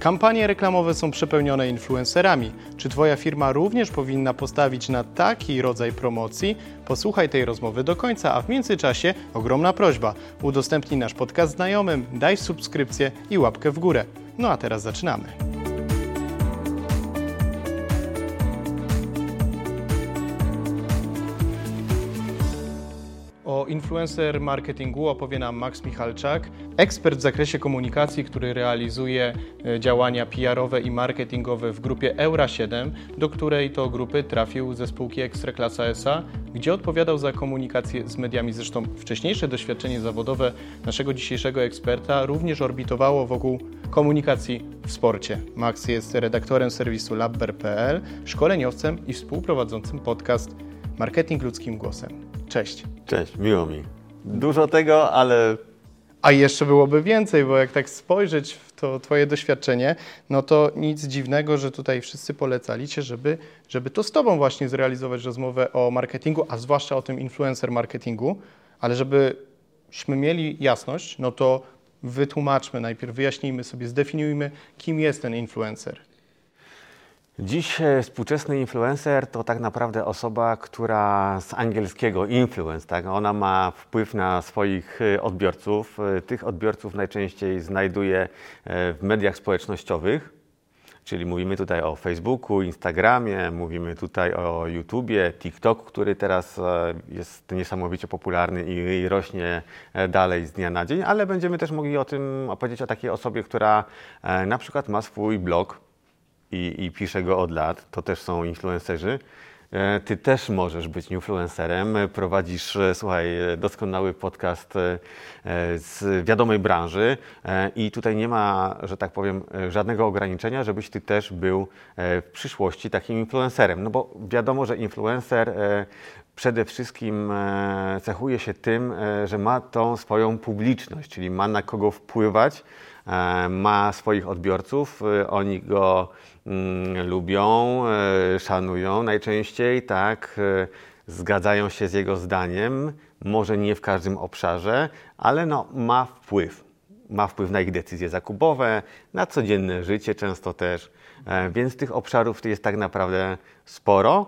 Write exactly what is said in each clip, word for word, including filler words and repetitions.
Kampanie reklamowe są przepełnione influencerami. Czy Twoja firma również powinna postawić na taki rodzaj promocji? Posłuchaj tej rozmowy do końca, a w międzyczasie ogromna prośba. Udostępnij nasz podcast znajomym, daj subskrypcję i łapkę w górę. No a teraz zaczynamy. O influencer marketingu opowie nam Max Michalczak, ekspert w zakresie komunikacji, który realizuje działania P R owe i marketingowe w grupie Eura siedem, do której to grupy trafił ze spółki Ekstraklasa S A, gdzie odpowiadał za komunikację z mediami. Zresztą wcześniejsze doświadczenie zawodowe naszego dzisiejszego eksperta również orbitowało wokół komunikacji w sporcie. Max jest redaktorem serwisu labber kropka p l, szkoleniowcem i współprowadzącym podcast Marketing ludzkim głosem. Cześć. Cześć, miło mi. Dużo tego, ale... A jeszcze byłoby więcej, bo jak tak spojrzeć w to Twoje doświadczenie, no to nic dziwnego, że tutaj wszyscy polecali Cię, żeby, żeby to z Tobą właśnie zrealizować rozmowę o marketingu, a zwłaszcza o tym influencer marketingu, ale żebyśmy mieli jasność, no to wytłumaczmy najpierw, wyjaśnijmy sobie, zdefiniujmy, kim jest ten influencer. Dziś współczesny influencer to tak naprawdę osoba, która z angielskiego influence, tak? Ona ma wpływ na swoich odbiorców. Tych odbiorców najczęściej znajduje w mediach społecznościowych, czyli mówimy tutaj o Facebooku, Instagramie, mówimy tutaj o YouTubie, TikTok, który teraz jest niesamowicie popularny i rośnie dalej z dnia na dzień, ale będziemy też mogli o tym opowiedzieć o takiej osobie, która na przykład ma swój blog, I, i piszę go od lat, to też są influencerzy. Ty też możesz być influencerem, prowadzisz, słuchaj, doskonały podcast z wiadomej branży i tutaj nie ma, że tak powiem, żadnego ograniczenia, żebyś ty też był w przyszłości takim influencerem. No bo wiadomo, że influencer przede wszystkim cechuje się tym, że ma tą swoją publiczność, czyli ma na kogo wpływać, ma swoich odbiorców, oni go mm, lubią, szanują najczęściej, tak, zgadzają się z jego zdaniem, może nie w każdym obszarze, ale no, ma wpływ. Ma wpływ na ich decyzje zakupowe, na codzienne życie często też, więc tych obszarów jest tak naprawdę sporo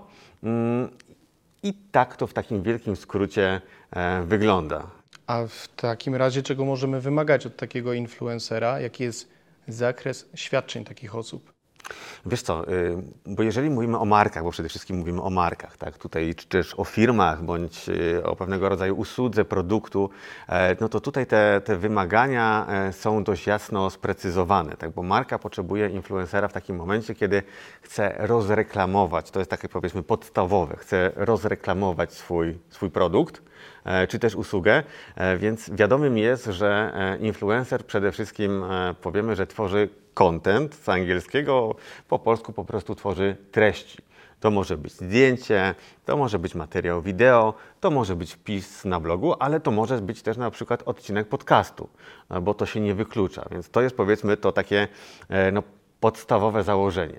i tak to w takim wielkim skrócie wygląda. A w takim razie czego możemy wymagać od takiego influencera? Jaki jest zakres świadczeń takich osób? Wiesz co, bo jeżeli mówimy o markach, bo przede wszystkim mówimy o markach, tak, tutaj czy też o firmach, bądź o pewnego rodzaju usłudze, produktu, no to tutaj te, te wymagania są dość jasno sprecyzowane, tak, bo marka potrzebuje influencera w takim momencie, kiedy chce rozreklamować, to jest takie powiedzmy podstawowe, chce rozreklamować swój, swój produkt, czy też usługę, więc wiadomym jest, że influencer przede wszystkim powiemy, że tworzy content z angielskiego, po polsku po prostu tworzy treści. To może być zdjęcie, to może być materiał wideo, to może być wpis na blogu, ale to może być też na przykład odcinek podcastu, bo to się nie wyklucza, więc to jest powiedzmy to takie no, podstawowe założenie.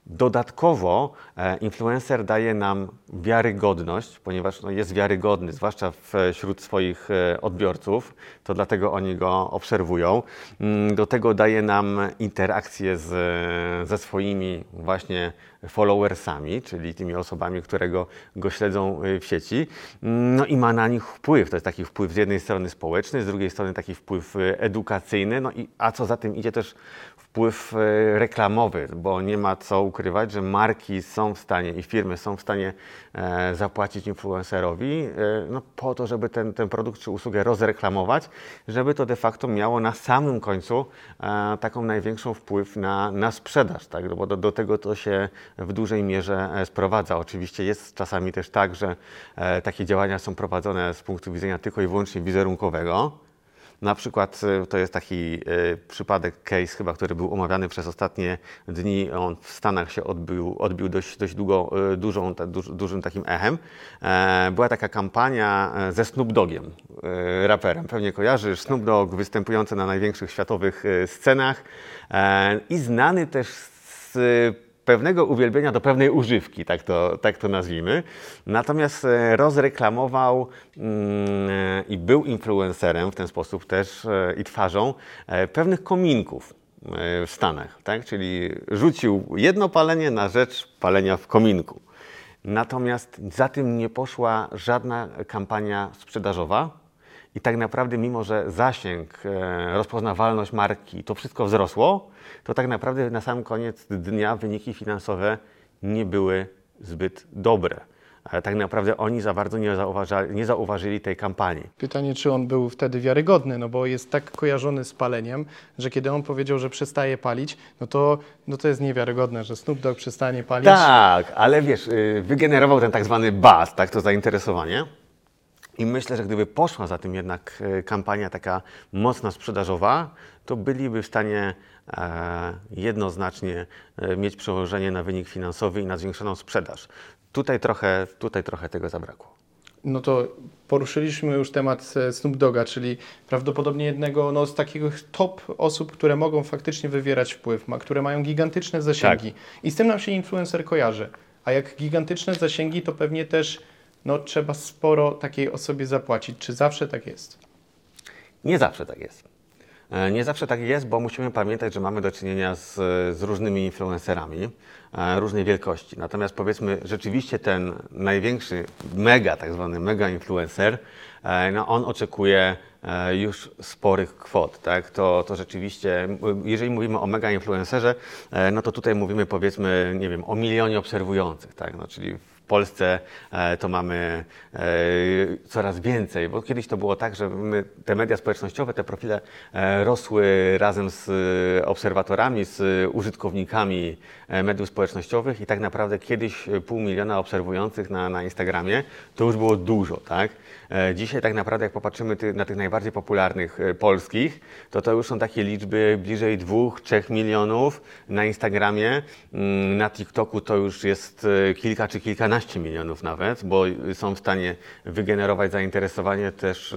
Dodatkowo e, influencer daje nam wiarygodność, ponieważ no, jest wiarygodny, zwłaszcza wśród swoich e, odbiorców, to dlatego oni go obserwują. Mm, do tego daje nam interakcję z, ze swoimi właśnie followersami, czyli tymi osobami, które go, go śledzą w sieci. No i ma na nich wpływ. To jest taki wpływ z jednej strony społeczny, z drugiej strony taki wpływ edukacyjny, no i a co za tym idzie też wpływ reklamowy, bo nie ma co ukrywać, że marki są w stanie i firmy są w stanie e, zapłacić influencerowi e, no, po to, żeby ten, ten produkt czy usługę rozreklamować, żeby to de facto miało na samym końcu e, taką największą wpływ na, na sprzedaż, tak? Bo do, do tego to się w dużej mierze sprowadza. Oczywiście jest czasami też tak, że e, takie działania są prowadzone z punktu widzenia tylko i wyłącznie wizerunkowego. Na przykład to jest taki y, przypadek, case chyba, który był omawiany przez ostatnie dni. On w Stanach się odbił, odbił dość, dość długo, y, dużą, ta, duż, dużym takim echem. E, była taka kampania ze Snoop Doggiem, y, raperem. Pewnie kojarzysz, Snoop Dogg występujący na największych światowych y, scenach e, i znany też z y, pewnego uwielbienia do pewnej używki, tak to, tak to nazwijmy. Natomiast rozreklamował mm, i był influencerem w ten sposób też e, i twarzą e, pewnych kominków. w Stanach, tak? Czyli rzucił jedno palenie na rzecz palenia w kominku. Natomiast za tym nie poszła żadna kampania sprzedażowa i tak naprawdę mimo, że zasięg, rozpoznawalność marki, to wszystko wzrosło, to tak naprawdę na sam koniec dnia wyniki finansowe nie były zbyt dobre. Ale tak naprawdę oni za bardzo nie zauważyli, nie zauważyli tej kampanii. Pytanie, czy on był wtedy wiarygodny, no bo jest tak kojarzony z paleniem, że kiedy on powiedział, że przestaje palić, no to, no to jest niewiarygodne, że Snoop Dogg przestanie palić. Tak, ale wiesz, wygenerował ten tak zwany buzz, tak, to zainteresowanie. I myślę, że gdyby poszła za tym jednak kampania taka mocno sprzedażowa, to byliby w stanie e, jednoznacznie e, mieć przełożenie na wynik finansowy i na zwiększoną sprzedaż. Tutaj trochę, tutaj trochę tego zabrakło. No to poruszyliśmy już temat Snoop Dogga, czyli prawdopodobnie jednego no, z takich top osób, które mogą faktycznie wywierać wpływ, ma, które mają gigantyczne zasięgi. Tak. I z tym nam się influencer kojarzy. A jak gigantyczne zasięgi, to pewnie też no, trzeba sporo takiej osobie zapłacić. Czy zawsze tak jest? Nie zawsze tak jest. Nie zawsze tak jest, bo musimy pamiętać, że mamy do czynienia z, z różnymi influencerami różnej wielkości. Natomiast powiedzmy, rzeczywiście ten największy mega, tak zwany mega influencer, no on oczekuje już sporych kwot, tak? To, to rzeczywiście, jeżeli mówimy o mega influencerze, no to tutaj mówimy powiedzmy, nie wiem, o milionie obserwujących, tak? No, czyli w Polsce to mamy coraz więcej, bo kiedyś to było tak, że my, te media społecznościowe, te profile rosły razem z obserwatorami, z użytkownikami mediów społecznościowych i tak naprawdę kiedyś pół miliona obserwujących na, na Instagramie to już było dużo, tak? Dzisiaj tak naprawdę jak popatrzymy ty, na tych najbardziej popularnych polskich, to to już są takie liczby bliżej dwóch, trzech milionów na Instagramie, na TikToku to już jest kilka czy kilkanaście milionów nawet, bo są w stanie wygenerować zainteresowanie też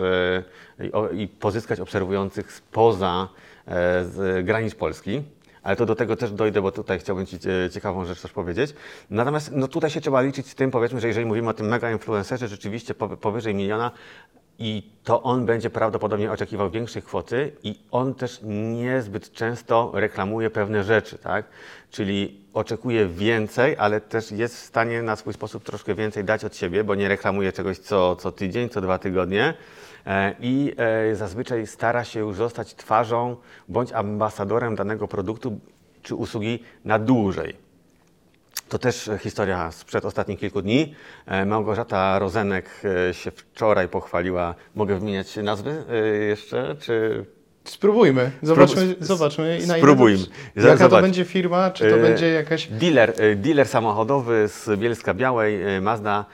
i pozyskać obserwujących spoza granic Polski. Ale to do tego też dojdę, bo tutaj chciałbym Ci ciekawą rzecz też powiedzieć. Natomiast no tutaj się trzeba liczyć z tym, powiedzmy, że jeżeli mówimy o tym mega influencerze, rzeczywiście powyżej miliona i to on będzie prawdopodobnie oczekiwał większej kwoty i on też niezbyt często reklamuje pewne rzeczy, tak? Czyli oczekuje więcej, ale też jest w stanie na swój sposób troszkę więcej dać od siebie, bo nie reklamuje czegoś co, co tydzień, co dwa tygodnie. I zazwyczaj stara się już zostać twarzą bądź ambasadorem danego produktu czy usługi na dłużej. To też historia sprzed ostatnich kilku dni. Małgorzata Rozenek się wczoraj pochwaliła. Mogę wymieniać nazwy jeszcze, czy... Spróbujmy, zobaczmy, Sprób- zobaczmy na Spróbujmy. ile to, jaka Zobacz. to będzie firma, czy to będzie jakaś... Dealer, dealer samochodowy z Bielska Białej, Mazda,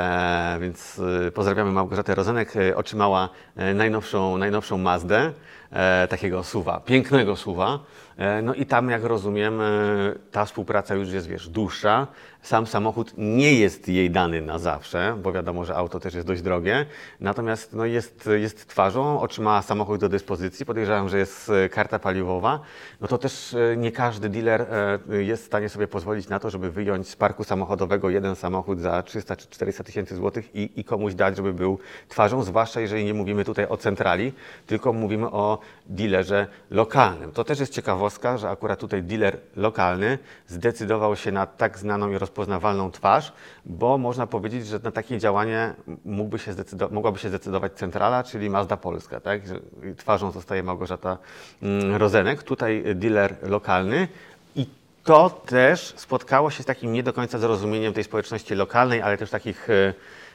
e, więc pozdrawiamy Małgorzatę Rozenek, otrzymała najnowszą, najnowszą Mazdę, e, takiego suwa, pięknego suwa. E, no i tam, jak rozumiem, ta współpraca już jest, wiesz, dłuższa. Sam samochód nie jest jej dany na zawsze, bo wiadomo, że auto też jest dość drogie. Natomiast no, jest, jest twarzą, otrzymała samochód do dyspozycji. Podejrzewam, że jest karta paliwowa. No to też nie każdy dealer jest w stanie sobie pozwolić na to, żeby wyjąć z parku samochodowego jeden samochód za trzysta czy czterysta tysięcy złotych i, i komuś dać, żeby był twarzą. Zwłaszcza jeżeli nie mówimy tutaj o centrali, tylko mówimy o dealerze lokalnym. To też jest ciekawostka, że akurat tutaj dealer lokalny zdecydował się na tak znaną i rozpoznawalną twarz, bo można powiedzieć, że na takie działanie mógłby się zdecydo- mogłaby się zdecydować centrala, czyli Mazda Polska, tak? Twarzą zostaje Małgorzata Rozenek, tutaj dealer lokalny i to też spotkało się z takim nie do końca zrozumieniem tej społeczności lokalnej, ale też takich e,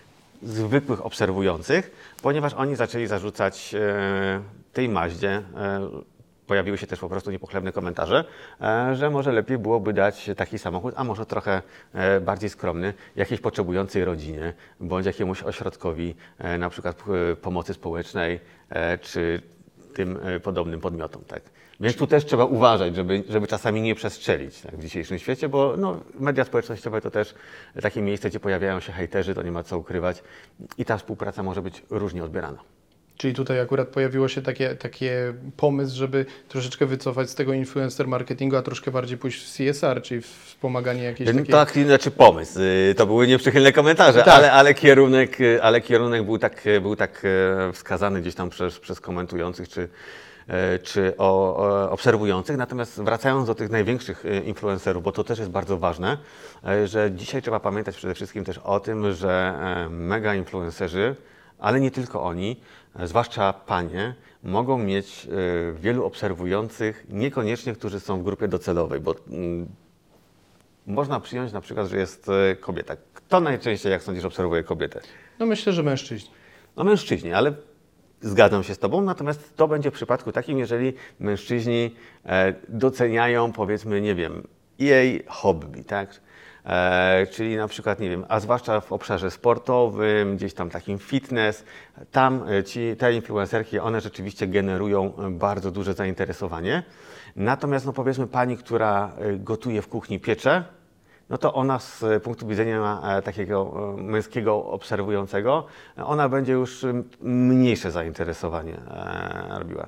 zwykłych obserwujących, ponieważ oni zaczęli zarzucać e, tej Maździe, e, pojawiły się też po prostu niepochlebne komentarze, że może lepiej byłoby dać taki samochód, a może trochę bardziej skromny, jakiejś potrzebującej rodzinie, bądź jakiemuś ośrodkowi na przykład pomocy społecznej, czy tym podobnym podmiotom. Tak. Więc tu też trzeba uważać, żeby, żeby czasami nie przestrzelić tak, w dzisiejszym świecie, bo no, media społecznościowe to też takie miejsce, gdzie pojawiają się hejterzy, to nie ma co ukrywać i ta współpraca może być różnie odbierana. Czyli tutaj akurat pojawiło się takie, takie pomysł, żeby troszeczkę wycofać z tego influencer marketingu, a troszkę bardziej pójść w C S R, czyli w wspomaganie jakiejś takiej... Tak, znaczy pomysł. To były nieprzychylne komentarze, tak. ale, ale, kierunek, ale kierunek był tak, był tak wskazany gdzieś tam przez, przez komentujących czy, czy o, o obserwujących. Natomiast wracając do tych największych influencerów, bo to też jest bardzo ważne, że dzisiaj trzeba pamiętać przede wszystkim też o tym, że mega influencerzy, ale nie tylko oni, zwłaszcza panie, mogą mieć wielu obserwujących, niekoniecznie, którzy są w grupie docelowej, bo mm, można przyjąć na przykład, że jest kobieta. Kto najczęściej, jak sądzisz, obserwuje kobietę? No myślę, że mężczyźni. No mężczyźni, ale zgadzam się z Tobą, natomiast to będzie w przypadku takim, jeżeli mężczyźni doceniają, powiedzmy, nie wiem, jej hobby, tak? E, czyli na przykład, nie wiem, a zwłaszcza w obszarze sportowym, gdzieś tam takim fitness, tam ci, te influencerki, one rzeczywiście generują bardzo duże zainteresowanie. Natomiast, no powiedzmy, pani, która gotuje w kuchni, piecze, no to ona z punktu widzenia takiego męskiego obserwującego, ona będzie już mniejsze zainteresowanie robiła.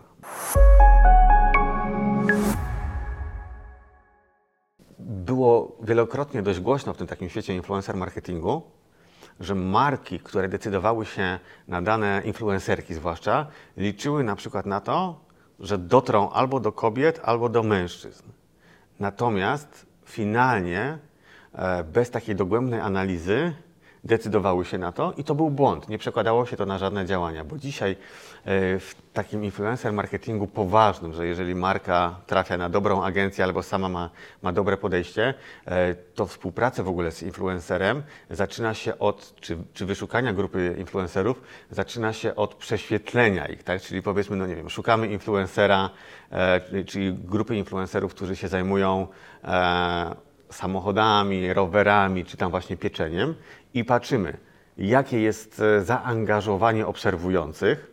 Było wielokrotnie dość głośno w tym takim świecie influencer marketingu, że marki, które decydowały się na dane influencerki zwłaszcza, liczyły na przykład na to, że dotrą albo do kobiet, albo do mężczyzn. Natomiast finalnie, bez takiej dogłębnej analizy, decydowały się na to i to był błąd. Nie przekładało się to na żadne działania, bo dzisiaj w takim influencer marketingu poważnym, że jeżeli marka trafia na dobrą agencję albo sama ma, ma dobre podejście, to współpraca w ogóle z influencerem zaczyna się od, czy, czy wyszukania grupy influencerów, zaczyna się od prześwietlenia ich, tak? Czyli powiedzmy, no nie wiem, szukamy influencera, czyli grupy influencerów, którzy się zajmują samochodami, rowerami, czy tam właśnie pieczeniem i patrzymy, jakie jest zaangażowanie obserwujących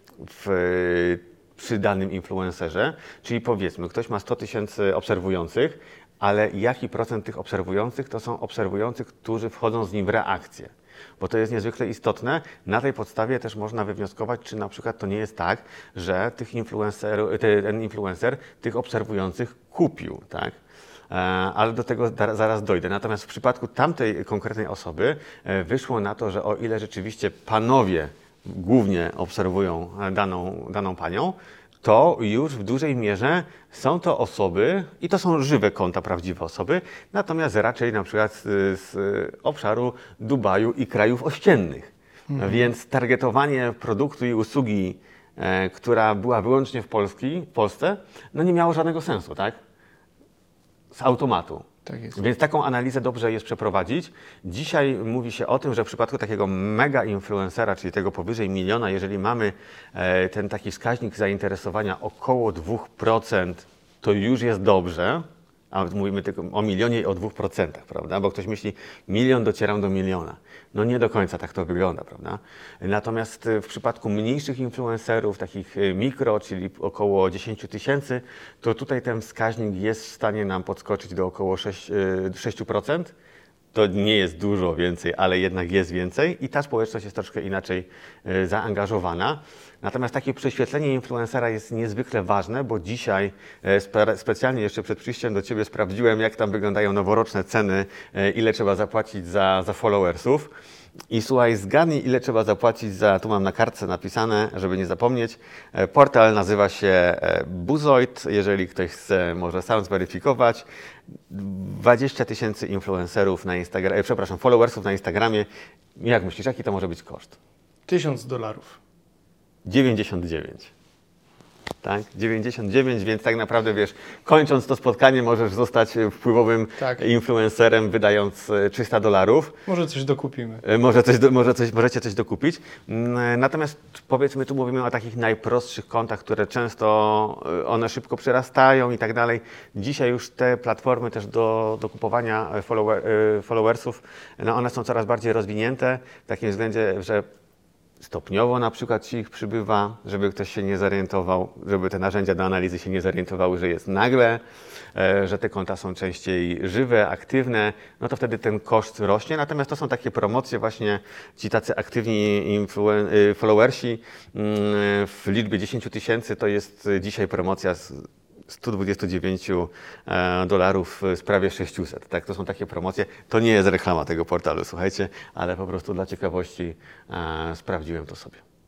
w, przy danym influencerze, czyli powiedzmy, ktoś ma sto tysięcy obserwujących, ale jaki procent tych obserwujących to są obserwujący, którzy wchodzą z nim w reakcję? Bo to jest niezwykle istotne. Na tej podstawie też można wywnioskować, czy na przykład to nie jest tak, że tych influencerów, ten influencer tych obserwujących kupił, tak? Ale do tego zaraz dojdę. Natomiast w przypadku tamtej konkretnej osoby wyszło na to, że o ile rzeczywiście panowie głównie obserwują daną, daną panią, to już w dużej mierze są to osoby, i to są żywe konta, prawdziwe osoby, natomiast raczej na przykład z, z obszaru Dubaju i krajów ościennych. Mhm. Więc targetowanie produktu i usługi, e, która była wyłącznie w, Polski, w Polsce, no nie miało żadnego sensu, tak? Z automatu. Tak jest. Więc taką analizę dobrze jest przeprowadzić. Dzisiaj mówi się o tym, że w przypadku takiego mega influencera, czyli tego powyżej miliona, jeżeli mamy e, ten taki wskaźnik zainteresowania około dwa procent, to już jest dobrze. A mówimy tylko o milionie i o dwóch procentach, prawda? Bo ktoś myśli, milion docieram do miliona. No nie do końca tak to wygląda, prawda? Natomiast w przypadku mniejszych influencerów, takich mikro, czyli około dziesięć tysięcy, to tutaj ten wskaźnik jest w stanie nam podskoczyć do około sześć procent. To nie jest dużo więcej, ale jednak jest więcej i ta społeczność jest troszkę inaczej y, zaangażowana. Natomiast takie prześwietlenie influencera jest niezwykle ważne, bo dzisiaj y, spe, specjalnie jeszcze przed przyjściem do Ciebie sprawdziłem, jak tam wyglądają noworoczne ceny, y, ile trzeba zapłacić za, za followersów. I słuchaj, zgadnij, ile trzeba zapłacić za, tu mam na kartce napisane, żeby nie zapomnieć, portal nazywa się Buzoid, jeżeli ktoś chce, może sam zweryfikować. dwadzieścia tysięcy influencerów na Instagramie, przepraszam, followersów na Instagramie. Jak myślisz, jaki to może być koszt? Tysiąc dolarów. dziewięćdziesiąt dziewięć. Tak, dziewięćdziesiąt dziewięć, więc tak naprawdę, wiesz, kończąc to spotkanie możesz zostać wpływowym tak. influencerem, wydając trzysta dolarów. Może coś dokupimy. Może coś, może coś, możecie coś dokupić. Natomiast powiedzmy, tu mówimy o takich najprostszych kontach, które często one szybko przyrastają i tak dalej. Dzisiaj już te platformy też do, do kupowania follower, followersów, no one są coraz bardziej rozwinięte, w takim względzie, że stopniowo na przykład ci ich przybywa, żeby ktoś się nie zorientował, żeby te narzędzia do analizy się nie zorientowały, że jest nagle, e, że te konta są częściej żywe, aktywne, no to wtedy ten koszt rośnie. Natomiast to są takie promocje właśnie, ci tacy aktywni influen- followersi mm, w liczbie dziesięć tysięcy to jest dzisiaj promocja z sto dwadzieścia dziewięć dolarów z prawie sześćset. Tak? To są takie promocje. To nie jest reklama tego portalu, słuchajcie, ale po prostu dla ciekawości e, sprawdziłem to sobie.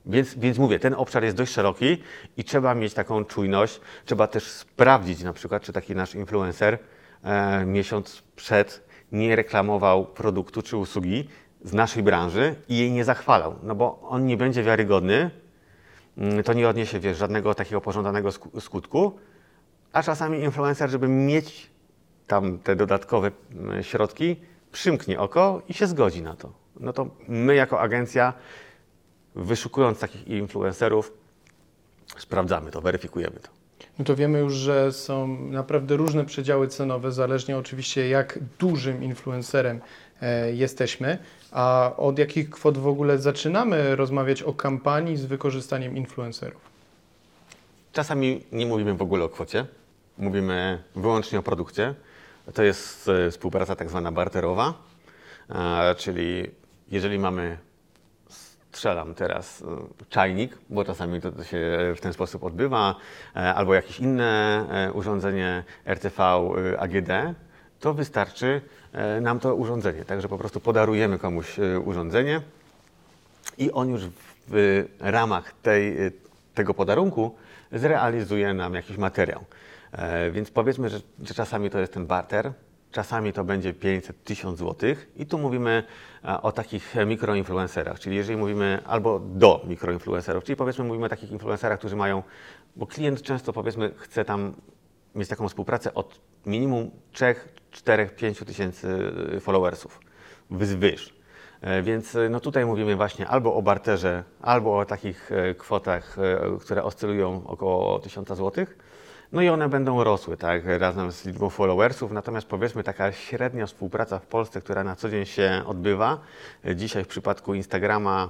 Więc, więc mówię, ten obszar jest dość szeroki i trzeba mieć taką czujność, trzeba też sprawdzić na przykład, czy taki nasz influencer e, miesiąc przed nie reklamował produktu czy usługi z naszej branży i jej nie zachwalał, no bo on nie będzie wiarygodny, to nie odniesie, wiesz, żadnego takiego pożądanego skutku, a czasami influencer, żeby mieć tam te dodatkowe środki, przymknie oko i się zgodzi na to. No to my jako agencja, wyszukując takich influencerów, sprawdzamy to, weryfikujemy to. No to wiemy już, że są naprawdę różne przedziały cenowe, zależnie oczywiście jak dużym influencerem e, jesteśmy, a od jakich kwot w ogóle zaczynamy rozmawiać o kampanii z wykorzystaniem influencerów? Czasami nie mówimy w ogóle o kwocie, mówimy wyłącznie o produkcie. To jest e, współpraca tak zwana barterowa, e, czyli jeżeli mamy, strzelam teraz, czajnik, bo czasami to się w ten sposób odbywa, albo jakieś inne urządzenie R T V A G D, to wystarczy nam to urządzenie. Także po prostu podarujemy komuś urządzenie i on już w ramach tej, tego podarunku zrealizuje nam jakiś materiał. Więc powiedzmy, że, że czasami to jest ten barter, czasami to będzie pięćset tysiąc złotych i tu mówimy o takich mikroinfluencerach, czyli jeżeli mówimy albo do mikroinfluencerów, czyli powiedzmy mówimy o takich influencerach, którzy mają, bo klient często powiedzmy chce tam mieć taką współpracę od minimum trzy, cztery, pięć tysięcy followersów wzwyż. Więc no tutaj mówimy właśnie albo o barterze, albo o takich kwotach, które oscylują około tysiąc złotych. No i one będą rosły, tak, razem z liczbą followersów, natomiast powiedzmy taka średnia współpraca w Polsce, która na co dzień się odbywa, dzisiaj w przypadku Instagrama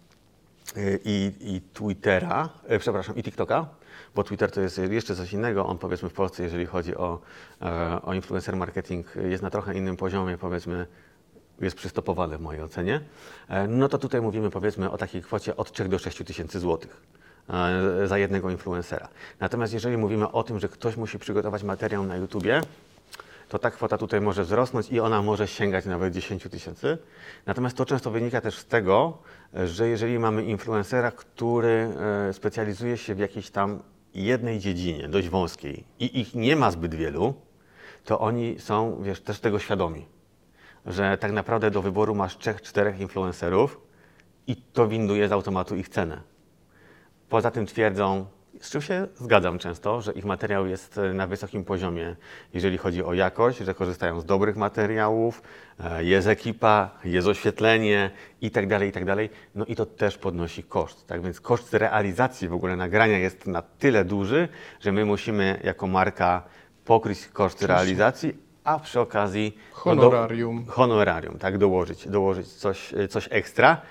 i, i Twittera, przepraszam, i TikToka, bo Twitter to jest jeszcze coś innego, on powiedzmy w Polsce, jeżeli chodzi o, o influencer marketing, jest na trochę innym poziomie, powiedzmy, jest przystopowany w mojej ocenie, no to tutaj mówimy powiedzmy o takiej kwocie od trzech do sześciu tysięcy złotych za jednego influencera. Natomiast jeżeli mówimy o tym, że ktoś musi przygotować materiał na YouTubie, to ta kwota tutaj może wzrosnąć i ona może sięgać nawet dziesięć tysięcy. Natomiast to często wynika też z tego, że jeżeli mamy influencera, który specjalizuje się w jakiejś tam jednej dziedzinie, dość wąskiej i ich nie ma zbyt wielu, to oni są, wiesz, też tego świadomi, że tak naprawdę do wyboru masz trzech, czterech influencerów i to winduje z automatu ich cenę. Poza tym twierdzą, z czym się zgadzam często, że ich materiał jest na wysokim poziomie, jeżeli chodzi o jakość, że korzystają z dobrych materiałów, jest ekipa, jest oświetlenie i tak dalej, i tak dalej. No i to też podnosi koszt. Tak więc koszt realizacji w ogóle nagrania jest na tyle duży, że my musimy jako marka pokryć koszt realizacji, a przy okazji honorarium, no do, honorarium, tak, dołożyć, dołożyć coś, coś ekstra.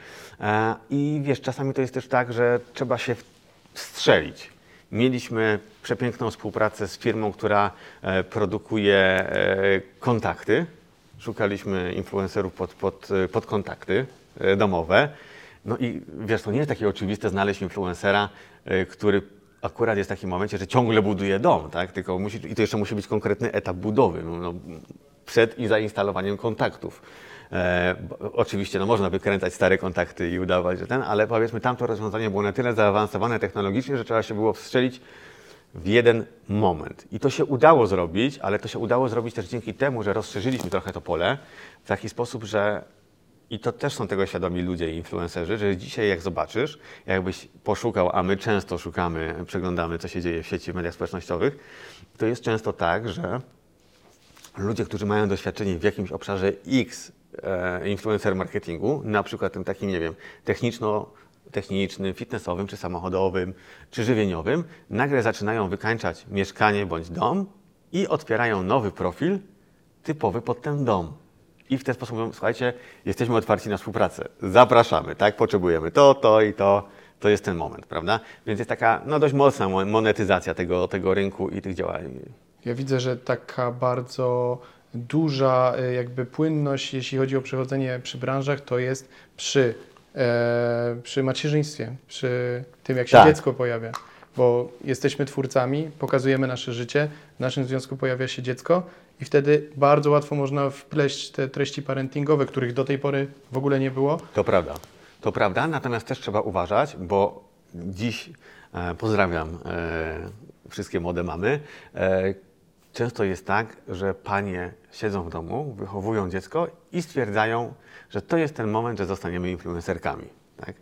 I wiesz, czasami to jest też tak, że trzeba się strzelić. Mieliśmy przepiękną współpracę z firmą, która produkuje kontakty. Szukaliśmy influencerów pod, pod, pod kontakty domowe. No i wiesz, to nie jest takie oczywiste znaleźć influencera, który akurat jest w takim momencie, że ciągle buduje dom, tak? Tylko musi, i to jeszcze musi być konkretny etap budowy, no, no, przed i zainstalowaniem kontaktów. E, oczywiście no, można wykręcać stare kontakty i udawać, że ten, ale powiedzmy tamto rozwiązanie było na tyle zaawansowane technologicznie, że trzeba się było wstrzelić w jeden moment. I to się udało zrobić, ale to się udało zrobić też dzięki temu, że rozszerzyliśmy trochę to pole w taki sposób, że i to też są tego świadomi ludzie i influencerzy, że dzisiaj jak zobaczysz, jakbyś poszukał, a my często szukamy, przeglądamy, co się dzieje w sieci, w mediach społecznościowych, to jest często tak, że ludzie, którzy mają doświadczenie w jakimś obszarze X e, influencer marketingu, na przykład tym takim, nie wiem, techniczno-technicznym, fitnessowym, czy samochodowym, czy żywieniowym, nagle zaczynają wykańczać mieszkanie bądź dom i otwierają nowy profil typowy pod ten dom. I w ten sposób mówią, słuchajcie, jesteśmy otwarci na współpracę, zapraszamy, tak, potrzebujemy to, to i to, to jest ten moment, prawda? Więc jest taka no, dość mocna monetyzacja tego, tego rynku i tych działań. Ja widzę, że taka bardzo duża jakby płynność, jeśli chodzi o przechodzenie przy branżach, to jest przy, e, przy macierzyństwie, przy tym, jak się tak. dziecko pojawia. Bo jesteśmy twórcami, pokazujemy nasze życie, w naszym związku pojawia się dziecko i wtedy bardzo łatwo można wpleść te treści parentingowe, których do tej pory w ogóle nie było. To prawda. To prawda, natomiast też trzeba uważać, bo dziś e, pozdrawiam e, wszystkie młode mamy. E, często jest tak, że panie siedzą w domu, wychowują dziecko i stwierdzają, że to jest ten moment, że zostaniemy influencerkami. Tak?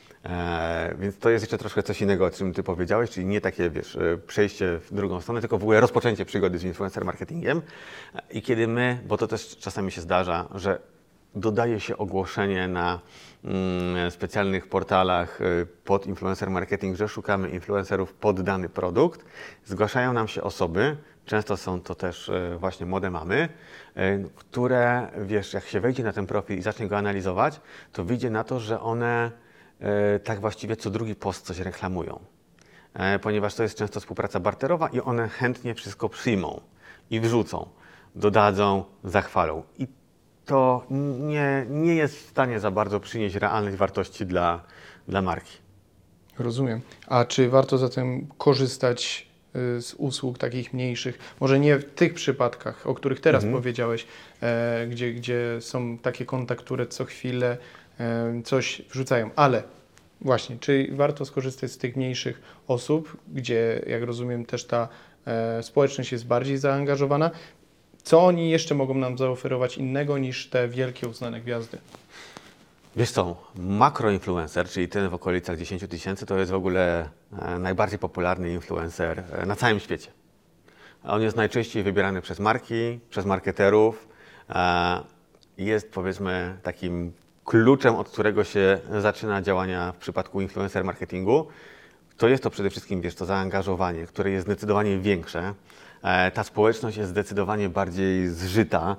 E, więc to jest jeszcze troszkę coś innego, o czym ty powiedziałeś, czyli nie takie, wiesz, przejście w drugą stronę, tylko w ogóle rozpoczęcie przygody z influencer marketingiem. I kiedy my, bo to też czasami się zdarza, że dodaje się ogłoszenie na mm, specjalnych portalach y, pod influencer marketing, że szukamy influencerów pod dany produkt. Zgłaszają nam się osoby, często są to też y, właśnie młode mamy, y, które, wiesz, jak się wejdzie na ten profil i zacznie go analizować, to wyjdzie na to, że one y, tak właściwie co drugi post coś reklamują. Y, ponieważ to jest często współpraca barterowa i one chętnie wszystko przyjmą i wrzucą, dodadzą, zachwalą. I to nie, nie jest w stanie za bardzo przynieść realnej wartości dla, dla marki. Rozumiem. A czy warto zatem korzystać y, z usług takich mniejszych? Może nie w tych przypadkach, o których teraz Mhm. powiedziałeś, e, gdzie, gdzie są takie konta, które co chwilę e, coś wrzucają, ale właśnie, czy warto skorzystać z tych mniejszych osób, gdzie, jak rozumiem, też ta e, społeczność jest bardziej zaangażowana? Co oni jeszcze mogą nam zaoferować innego niż te wielkie uznane gwiazdy? Wiesz co, makroinfluencer, czyli ten w okolicach dziesięć tysięcy, to jest w ogóle e, najbardziej popularny influencer e, na całym świecie. On jest najczęściej wybierany przez marki, przez marketerów. E, jest, powiedzmy, takim kluczem, od którego się zaczyna działania w przypadku influencer marketingu. To jest to przede wszystkim, wiesz, to zaangażowanie, które jest zdecydowanie większe. E, ta społeczność jest zdecydowanie bardziej zżyta,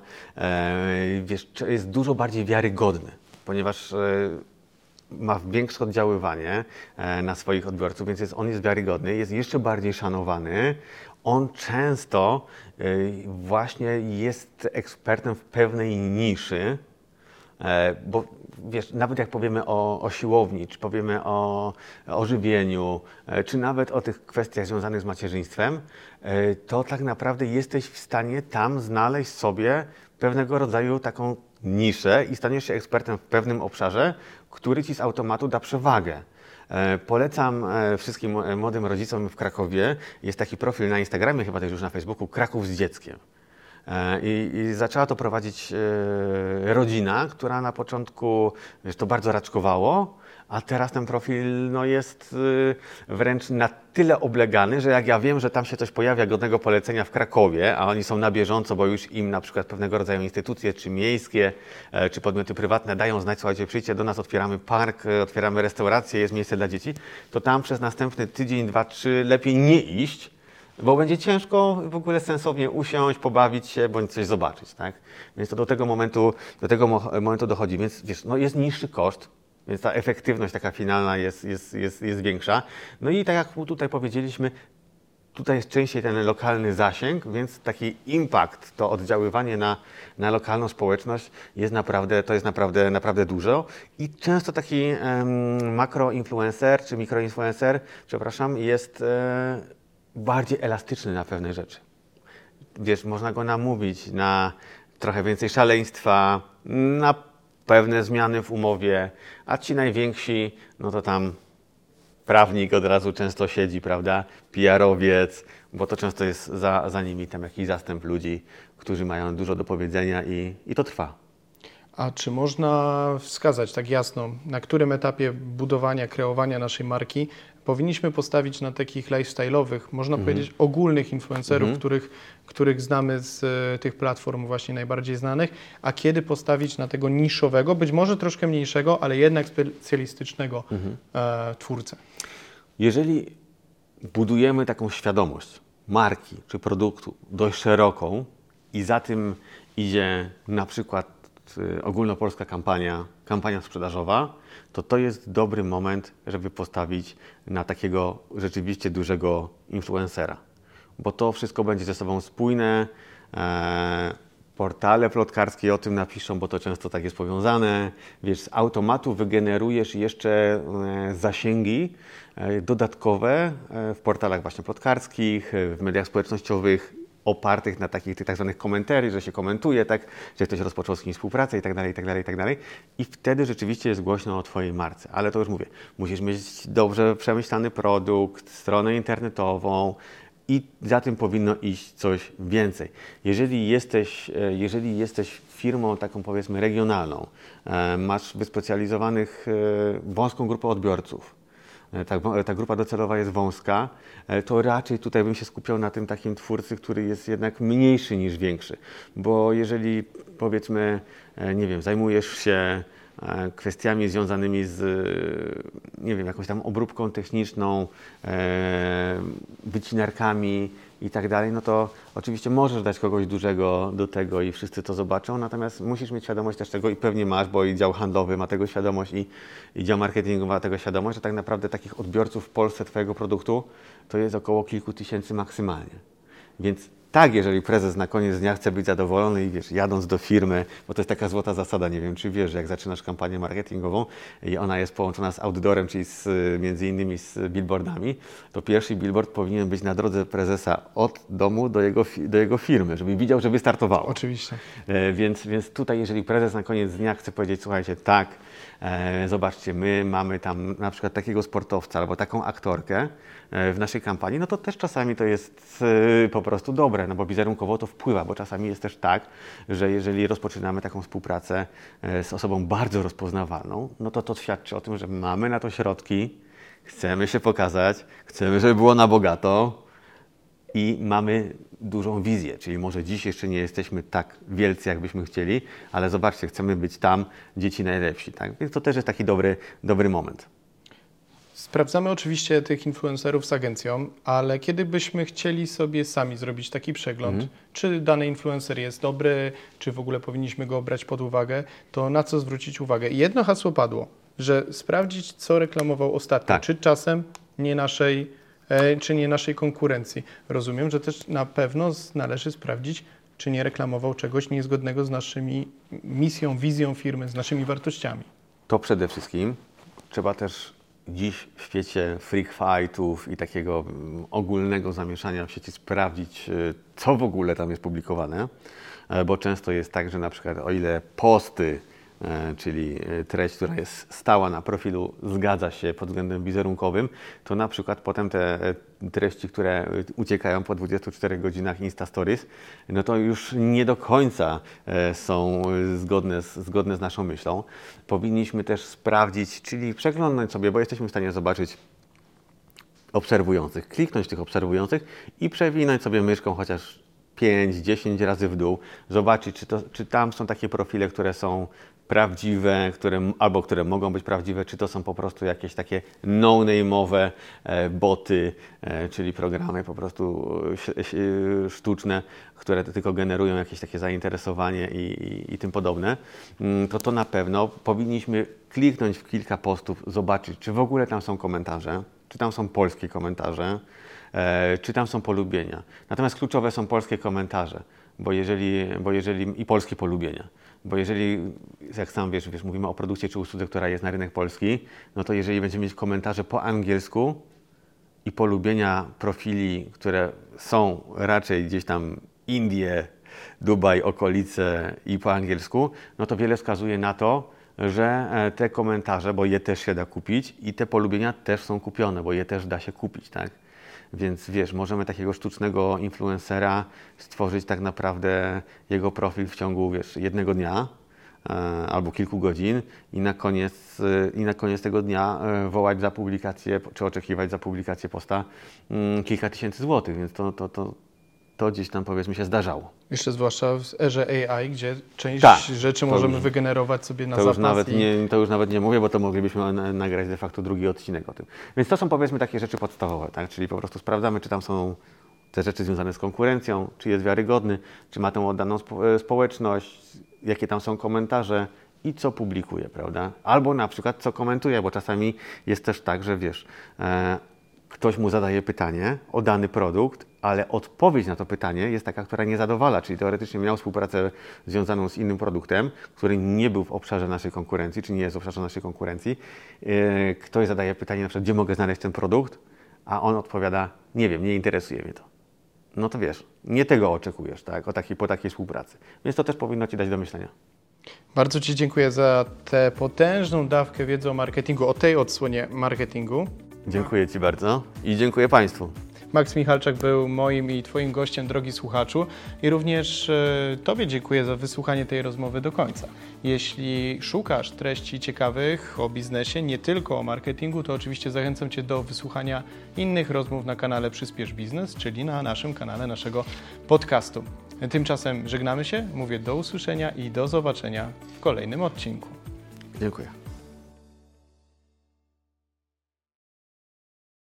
e, wiesz, jest dużo bardziej wiarygodny, ponieważ e, ma większe oddziaływanie e, na swoich odbiorców, więc jest, on jest wiarygodny, jest jeszcze bardziej szanowany. On często e, właśnie jest ekspertem w pewnej niszy, e, bo wiesz, nawet jak powiemy o, o siłowni, czy powiemy o, o żywieniu, e, czy nawet o tych kwestiach związanych z macierzyństwem, e, to tak naprawdę jesteś w stanie tam znaleźć sobie pewnego rodzaju taką niszę i staniesz się ekspertem w pewnym obszarze, który ci z automatu da przewagę. E, polecam e, wszystkim e, młodym rodzicom w Krakowie, jest taki profil na Instagramie, chyba też już na Facebooku, Kraków z dzieckiem. I, I zaczęła to prowadzić e, rodzina, która na początku, wiesz, to bardzo raczkowało, a teraz ten profil no, jest e, wręcz na tyle oblegany, że jak ja wiem, że tam się coś pojawia godnego polecenia w Krakowie, a oni są na bieżąco, bo już im na przykład pewnego rodzaju instytucje, czy miejskie, e, czy podmioty prywatne dają znać, słuchajcie, przyjdźcie do nas, otwieramy park, e, otwieramy restaurację, jest miejsce dla dzieci, to tam przez następny tydzień, dwa, trzy lepiej nie iść, bo będzie ciężko w ogóle sensownie usiąść, pobawić się, bądź coś zobaczyć, tak? Więc to do tego momentu, do tego momentu dochodzi, więc wiesz, no jest niższy koszt, więc ta efektywność taka finalna jest, jest, jest, jest większa. No i tak jak tutaj powiedzieliśmy, tutaj jest częściej ten lokalny zasięg, więc taki impact, to oddziaływanie na, na lokalną społeczność jest naprawdę, to jest naprawdę, naprawdę dużo. I często taki um, makroinfluencer czy mikroinfluencer, przepraszam, jest e, bardziej elastyczny na pewne rzeczy. Wiesz, można go namówić na trochę więcej szaleństwa, na pewne zmiany w umowie, a ci najwięksi, no to tam prawnik od razu często siedzi, prawda, P R owiec, bo to często jest za, za nimi tam jakiś zastęp ludzi, którzy mają dużo do powiedzenia i, i to trwa. A czy można wskazać tak jasno, na którym etapie budowania, kreowania naszej marki powinniśmy postawić na takich lifestyle'owych, można Mhm. powiedzieć ogólnych influencerów, Mhm. których, których znamy z e, tych platform właśnie najbardziej znanych, a kiedy postawić na tego niszowego, być może troszkę mniejszego, ale jednak specjalistycznego Mhm. e, twórcę? Jeżeli budujemy taką świadomość marki czy produktu dość szeroką i za tym idzie na przykład y, ogólnopolska kampania, kampania sprzedażowa, to to jest dobry moment, żeby postawić na takiego rzeczywiście dużego influencera. Bo to wszystko będzie ze sobą spójne, e, portale plotkarskie o tym napiszą, bo to często tak jest powiązane. Wiesz, z automatu wygenerujesz jeszcze e, zasięgi e, dodatkowe e, w portalach właśnie plotkarskich, e, w mediach społecznościowych opartych na takich tych tak zwanych komentarzy, że się komentuje, tak, że ktoś rozpoczął z kimś współpracę i tak dalej, i tak dalej, i tak dalej. I wtedy rzeczywiście jest głośno o Twojej marce. Ale to już mówię, musisz mieć dobrze przemyślany produkt, stronę internetową i za tym powinno iść coś więcej. Jeżeli jesteś, jeżeli jesteś firmą taką powiedzmy regionalną, masz wyspecjalizowanych wąską grupę odbiorców, Ta, ta grupa docelowa jest wąska, to raczej tutaj bym się skupiał na tym takim twórcy, który jest jednak mniejszy niż większy. Bo jeżeli powiedzmy, nie wiem, zajmujesz się kwestiami związanymi z, nie wiem, jakąś tam obróbką techniczną, wycinarkami i tak dalej, no to oczywiście możesz dać kogoś dużego do tego i wszyscy to zobaczą, natomiast musisz mieć świadomość też tego i pewnie masz, bo i dział handlowy ma tego świadomość i, i dział marketingowy ma tego świadomość, że tak naprawdę takich odbiorców w Polsce Twojego produktu to jest około kilku tysięcy maksymalnie. Więc tak, jeżeli prezes na koniec dnia chce być zadowolony i wiesz, jadąc do firmy, bo to jest taka złota zasada, nie wiem czy wiesz, że jak zaczynasz kampanię marketingową i ona jest połączona z outdoorem, czyli z, między innymi z billboardami, to pierwszy billboard powinien być na drodze prezesa od domu do jego, do jego firmy, żeby widział, że wystartowało. Oczywiście. E, więc, więc tutaj, jeżeli prezes na koniec dnia chce powiedzieć, słuchajcie, tak, e, zobaczcie, my mamy tam na przykład takiego sportowca albo taką aktorkę e, w naszej kampanii, no to też czasami to jest e, po prostu dobre, no bo wizerunkowo to wpływa, bo czasami jest też tak, że jeżeli rozpoczynamy taką współpracę e, z osobą bardzo rozpoznawalną, no to to świadczy o tym, że mamy na to środki, chcemy się pokazać, chcemy, żeby było na bogato i mamy dużą wizję, czyli może dziś jeszcze nie jesteśmy tak wielcy, jakbyśmy chcieli, ale zobaczcie, chcemy być tam, gdzie ci najlepsi, tak? Więc to też jest taki dobry, dobry moment. Sprawdzamy oczywiście tych influencerów z agencją, ale kiedy byśmy chcieli sobie sami zrobić taki przegląd, mhm. czy dany influencer jest dobry, czy w ogóle powinniśmy go brać pod uwagę, to na co zwrócić uwagę? I jedno hasło padło, że sprawdzić, co reklamował ostatnio, tak. czy czasem nie naszej, e, czy nie naszej konkurencji. Rozumiem, że też na pewno należy sprawdzić, czy nie reklamował czegoś niezgodnego z naszymi misją, wizją firmy, z naszymi wartościami. To przede wszystkim trzeba też dziś w świecie freak fightów i takiego ogólnego zamieszania w sieci sprawdzić, co w ogóle tam jest publikowane, bo często jest tak, że na przykład o ile posty, czyli treść, która jest stała na profilu, zgadza się pod względem wizerunkowym, to na przykład potem te treści, które uciekają po dwudziestu czterech godzinach Insta Stories, no to już nie do końca są zgodne z, zgodne z naszą myślą. Powinniśmy też sprawdzić, czyli przeglądnąć sobie, bo jesteśmy w stanie zobaczyć obserwujących, kliknąć tych obserwujących i przewinąć sobie myszką chociaż pięć dziesięć razy w dół, zobaczyć, czy, to, czy tam są takie profile, które są prawdziwe, które, albo które mogą być prawdziwe, czy to są po prostu jakieś takie no-name'owe e, boty, e, czyli programy po prostu e, sztuczne, które tylko generują jakieś takie zainteresowanie i, i, i tym podobne, to to na pewno powinniśmy kliknąć w kilka postów, zobaczyć, czy w ogóle tam są komentarze, czy tam są polskie komentarze, e, czy tam są polubienia. Natomiast kluczowe są polskie komentarze, bo jeżeli, bo jeżeli i polskie polubienia. Bo jeżeli, jak sam wiesz, wiesz, mówimy o produkcie czy usłudze, która jest na rynek polski, no to jeżeli będziemy mieć komentarze po angielsku i polubienia profili, które są raczej gdzieś tam Indie, Dubaj, okolice i po angielsku, no to wiele wskazuje na to, że te komentarze, bo je też się da kupić i te polubienia też są kupione, bo je też da się kupić, tak? Więc wiesz, możemy takiego sztucznego influencera stworzyć tak naprawdę jego profil w ciągu, wiesz, jednego dnia e, albo kilku godzin i na koniec, e, i na koniec tego dnia e, wołać za publikację, czy oczekiwać za publikację posta mm, kilka tysięcy złotych, więc to, to, to, to gdzieś tam powiedzmy się zdarzało. Jeszcze zwłaszcza w erze A I, gdzie część tak, rzeczy możemy już, wygenerować sobie na to zapas. Już nawet i... nie, to już nawet nie mówię, bo to moglibyśmy nagrać de facto drugi odcinek o tym. Więc to są powiedzmy takie rzeczy podstawowe, tak? Czyli po prostu sprawdzamy, czy tam są te rzeczy związane z konkurencją, czy jest wiarygodny, czy ma tę oddaną spo społeczność, jakie tam są komentarze i co publikuje, prawda? Albo na przykład co komentuje, bo czasami jest też tak, że wiesz, e, ktoś mu zadaje pytanie o dany produkt, ale odpowiedź na to pytanie jest taka, która nie zadowala, czyli teoretycznie miał współpracę związaną z innym produktem, który nie był w obszarze naszej konkurencji, czy nie jest w obszarze naszej konkurencji. Ktoś zadaje pytanie na przykład, gdzie mogę znaleźć ten produkt, a on odpowiada, nie wiem, nie interesuje mnie to. no to wiesz, nie tego oczekujesz, tak? O takiej, po takiej współpracy. Więc to też powinno Ci dać do myślenia. Bardzo Ci dziękuję za tę potężną dawkę wiedzy o marketingu, o tej odsłonie marketingu. Dziękuję Ci bardzo i dziękuję Państwu. Max Michalczak był moim i Twoim gościem, drogi słuchaczu, i również e, Tobie dziękuję za wysłuchanie tej rozmowy do końca. Jeśli szukasz treści ciekawych o biznesie, nie tylko o marketingu, to oczywiście zachęcam Cię do wysłuchania innych rozmów na kanale Przyspiesz Biznes, czyli na naszym kanale, naszego podcastu. Tymczasem żegnamy się, mówię do usłyszenia i do zobaczenia w kolejnym odcinku. Dziękuję.